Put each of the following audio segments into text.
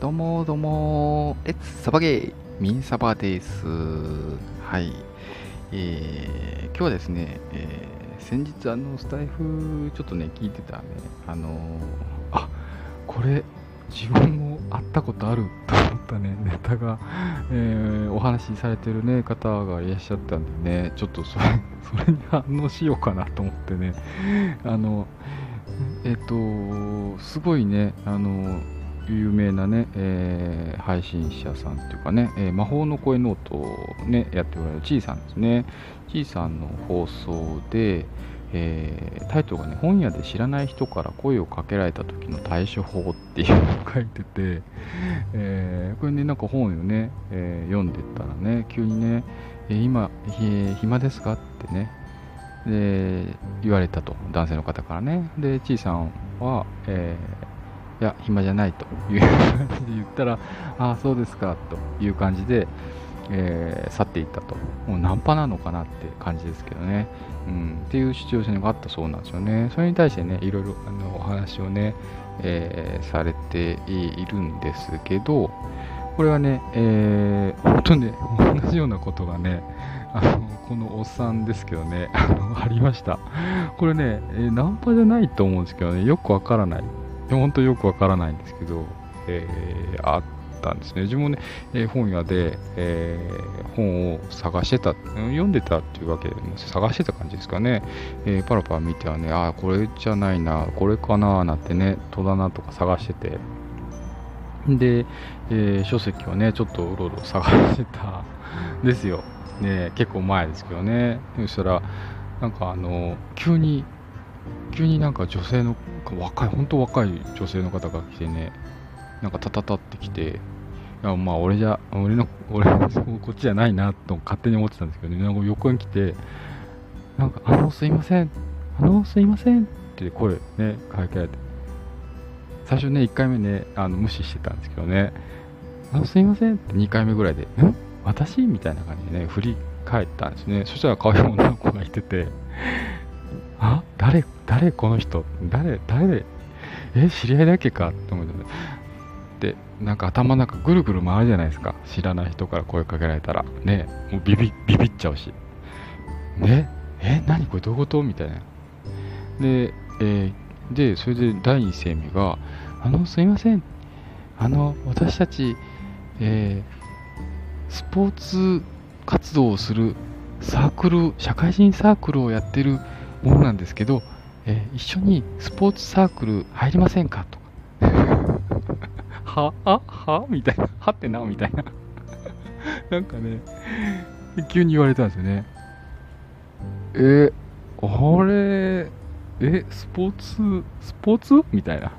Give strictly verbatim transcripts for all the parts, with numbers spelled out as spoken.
どうもどうも、レッツサバゲー、ミンサバです。はい。えー、今日はですね、えー先日あのスタイフちょっとね、聞いてたね、あのーあ、これ自分も会ったことあると思ったね、ネタが、えーお話しされてるね、方がいらっしゃったんでね、ちょっとそれ、それに反応しようかなと思ってね、あの、えっと、すごいね、あの、有名なね、えー配信者さんっていうかね、えー魔法の声ノートをね、やっておられるちいさんですね。ちいさんの放送で、えータイトルがね、本屋で知らない人から声をかけられた時の対処法っていうのを書いてて、えーこれね、なんか本をね、えー読んでたらね、急にね、えー今、えー暇ですかってね、で言われたと、男性の方からね。で、ちいさんは、えーいや、暇じゃないという感じで言ったら、ああ、そうですかという感じで、えー去っていったと。もうナンパなのかなって感じですけどね。うん、っていうシチュエーションがあったそうなんですよね。それに対してね、いろいろあのお話をね、えーされているんですけど、これはね、えー、本当にね、同じようなことがね、あの、このおっさんですけどね、あの、ありました。これね、えーナンパじゃないと思うんですけどね、よくわからない。本当よくわからないんですけど、えーあったんですね。自分もね、えー本屋で、えー本を探してた、うん読んでたっていうわけでも探してた感じですかね。えーパラパラ見てはね、ああ、これじゃないな、これかな、なんてね、戸棚とか探してて、で、えー書籍をね、ちょっとうろうろ探してたんですよ。ね、結構前ですけどね。そしたら、なんかあの、急に、急になんか女性の、若い、本当若い女性の方が来てね、なんかタタタってきて、いや、まあ俺じゃ、俺の、俺、こっちじゃないなと勝手に思ってたんですけどね、なんか横に来て、なんか、あの、すいません、あの、すいませんって声ね、かけられて、最初ね、いっかいめね、あの無視してたんですけどね、あのすいませんってにかいめぐらいで、ん私みたいな感じでね、振り返ったんですね。そしたら可愛い女の子がいてて、あ、誰、誰この人、誰、誰、え、知り合いだっけかって思って、で、なんか頭の中ぐるぐる回るじゃないですか。知らない人から声かけられたら。ね、もうビビ、ビビっちゃうし。ね、え、何これどういうことみたいな。で、えーで、それで第一声目が、あの、すいません。あの、私たち、えースポーツ活動をするサークル、社会人サークルをやってるものなんですけど、えー一緒にスポーツサークル入りませんかとか。はあはみたいな。はってなみたいな。なんかね、急に言われたんですよね。えあれ、え、スポーツ、スポーツみたいな。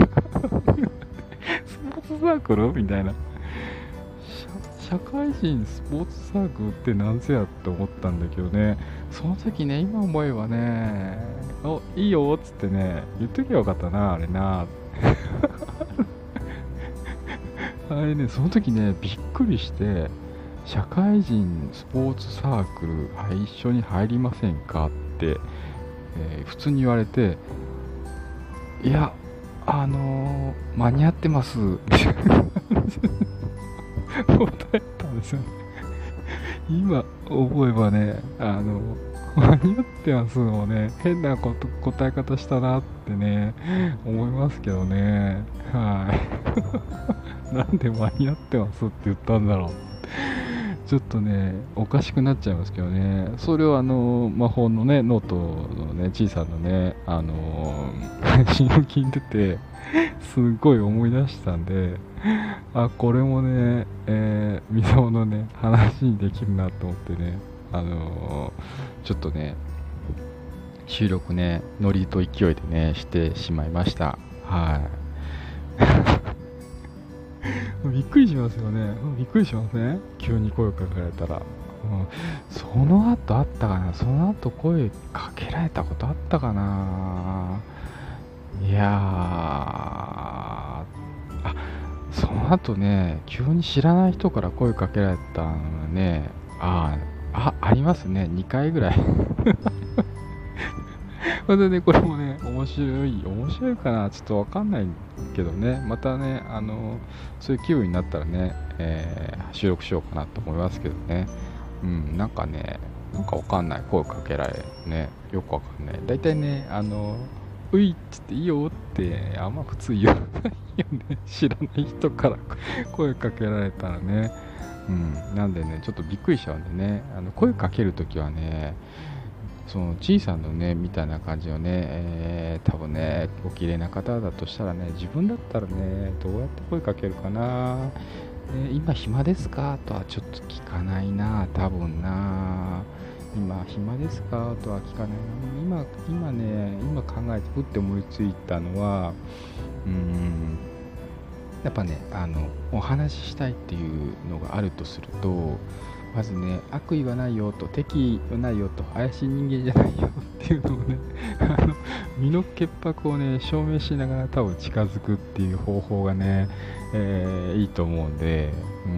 スポーツサークルみたいな。社社会人スポーツサークルって何せやって思ったんだけどね、その時ね、今思えばね、お、いいよっつってね、言っときゃよかったな、あれな。あれね、その時ね、びっくりして、社会人スポーツサークル、はい、一緒に入りませんかって、えー普通に言われて、いや、あのー間に合ってます。答えたんですよね。今思えばね、あの、間に合ってますもんね、変なこと答え方したなってね、思いますけどね。はい。なんで間に合ってますって言ったんだろう。ちょっとね、おかしくなっちゃいますけどね。それをあの、魔法のね、ノートのね、ちいさんのね、あの配信を聞いてて、すっごい思い出したんで、あ、これもね、えー、みさのね、話にできるなと思ってね、あのーちょっとね、収録ね、ノリと勢いでね、してしまいました。はい。びっくりしますよね。びっくりしません？急に声かけられたら。うん、その後あったかなその後声かけられたことあったかないやー、あ、その後ね、急に知らない人から声かけられたのはね、ああ、あ、ありますね。にかいぐらい。 それでね、これもね、面白い、面白いかな、ちょっとわかんないけどね、またね、あの、そういう気分になったらね、えー収録しようかなと思いますけどね。うん、なんかね、なんかわかんない、声かけられるね、よくわかんない。大体ね、あの、ういっつっていいよって、あんま普通言わないよね。知らない人から声かけられたらね。うん、なんでね、ちょっとびっくりしちゃうんでね、あの声かけるときはね、その小さなのね、みたいな感じのね、えー多分ね、お綺麗な方だとしたらね、自分だったらね、どうやって声かけるかな。ね、今暇ですかとはちょっと聞かないな、多分な。今暇ですかとは聞かないな。今、今ね、今考えて、ふって思いついたのは、うーん、やっぱね、あの、お話ししたいっていうのがあるとすると、まずね、悪意はないよと、敵意はないよと、怪しい人間じゃないよっていうのをね、あの、身の潔白をね、証明しながら多分近づくっていう方法がね、えーいいと思うんで、うん、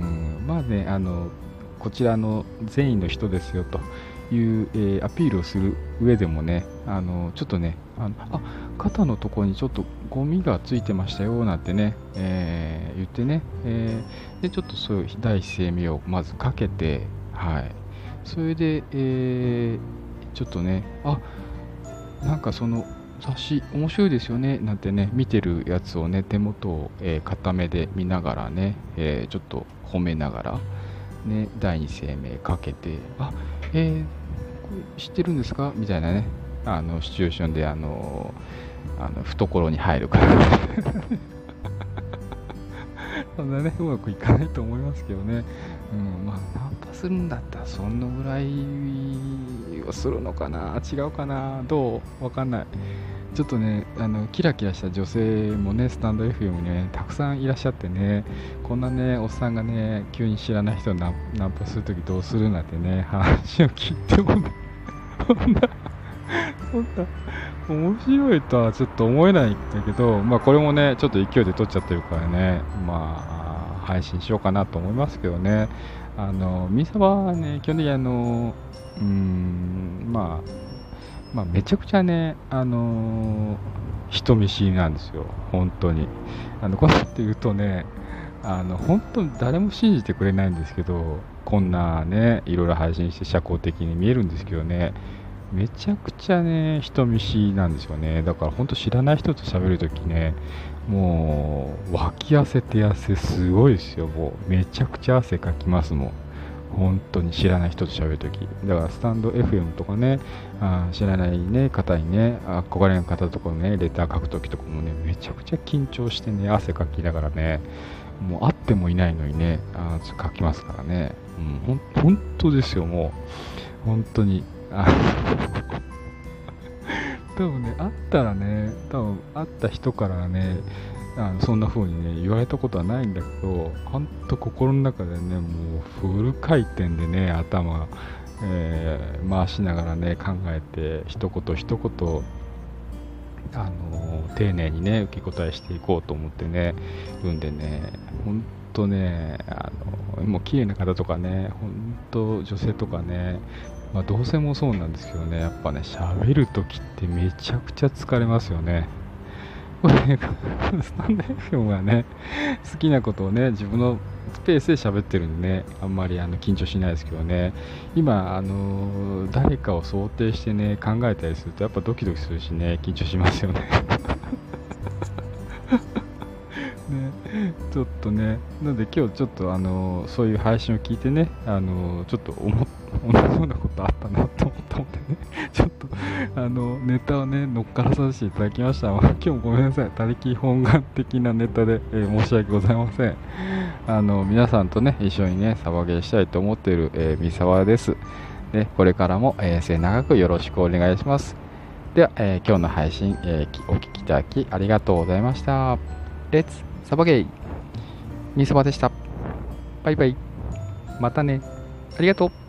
まあね、あの、こちらの善意の人ですよという、えーアピールをする上でもね、あの、ちょっとね、あの、あ、肩のところにちょっとゴミがついてましたよなんてね、えー言ってね、えーで、ちょっとそういう第一声目をまずかけて、はい。それで、えーちょっとね、あ、なんかその雑誌面白いですよねなんてね、見てるやつをね、手元を、えー片目で見ながらね、えーちょっと褒めながら、ね、第二声明かけて、あ、えーこれ知ってるんですかみたいなね、あの、シチュエーションで、あの、あの懐に入るからそんなね、うまくいかないと思いますけどね。うん、まあ、ナンパするんだったら、そのぐらいをするのかな、違うかな、どうわかんない。ちょっとね、あの、キラキラした女性もね、スタンド エフエム にね、たくさんいらっしゃってね、こんなね、おっさんがね、急に知らない人をナンナンパするときどうするなんてね、話を聞いてもね、そんな、そんな、面白いとはちょっと思えないんだけど、まあこれもね、ちょっと勢いで撮っちゃってるからね、まあ、配信しようかなと思いますけどね。あの、ミサバはね、基本的にあの、うーん、まあ、まあめちゃくちゃね、あの人見知りなんですよ、本当に。あの、こうやって言うとね、あの、本当に誰も信じてくれないんですけど、こんなね、いろいろ配信して社交的に見えるんですけどね、めちゃくちゃね、人見知りなんですよね。だから本当知らない人と喋るときね、もう、脇汗手汗すごいですよ。もう、めちゃくちゃ汗かきますもん。本当に知らない人と喋るとき。だから、スタンド エフエム とかね、あー知らないね、方にね、憧れの方とかね、レター書くときとかもね、めちゃくちゃ緊張してね、汗かきながらね、もう会ってもいないのにね、あー書きますからね。うん、ほん、本当ですよ、もう。本当に。あ多分ね、会ったらね、多分会った人からね、あのそんな風にね、言われたことはないんだけど、ほんと心の中でね、もうフル回転でね、頭、えー回しながらね、考えて、一言一言、あの丁寧にね、受け答えしていこうと思ってね、るんでね、ほんとね、あのもう綺麗な方とかね、ほんと女性とかね、まあ、同性もそうなんですけどね、やっぱね、喋るときってめちゃくちゃ疲れますよね。これね、スタンド エフエム はね、好きなことをね、自分のスペースで喋ってるんでね、あんまりあの緊張しないですけどね、今、あのー誰かを想定してね、考えたりすると、やっぱドキドキするしね、緊張しますよね。ね、ちょっとね、なんで今日ちょっとあのそういう配信を聞いてね、あのちょっと思っ同じようなことあったなと思ったのでね、ちょっとあのネタをね乗っからさせていただきました。今日もごめんなさい、他力本願的なネタで、えー申し訳ございません。あの皆さんとね一緒にねサバゲーしたいと思っている、えー、三沢です。でこれからも、えー末永くよろしくお願いします。では、えー今日の配信、えーきお聞きいただきありがとうございました。レッツサバゲイミーサバでした。バイバイ。またね。ありがとう。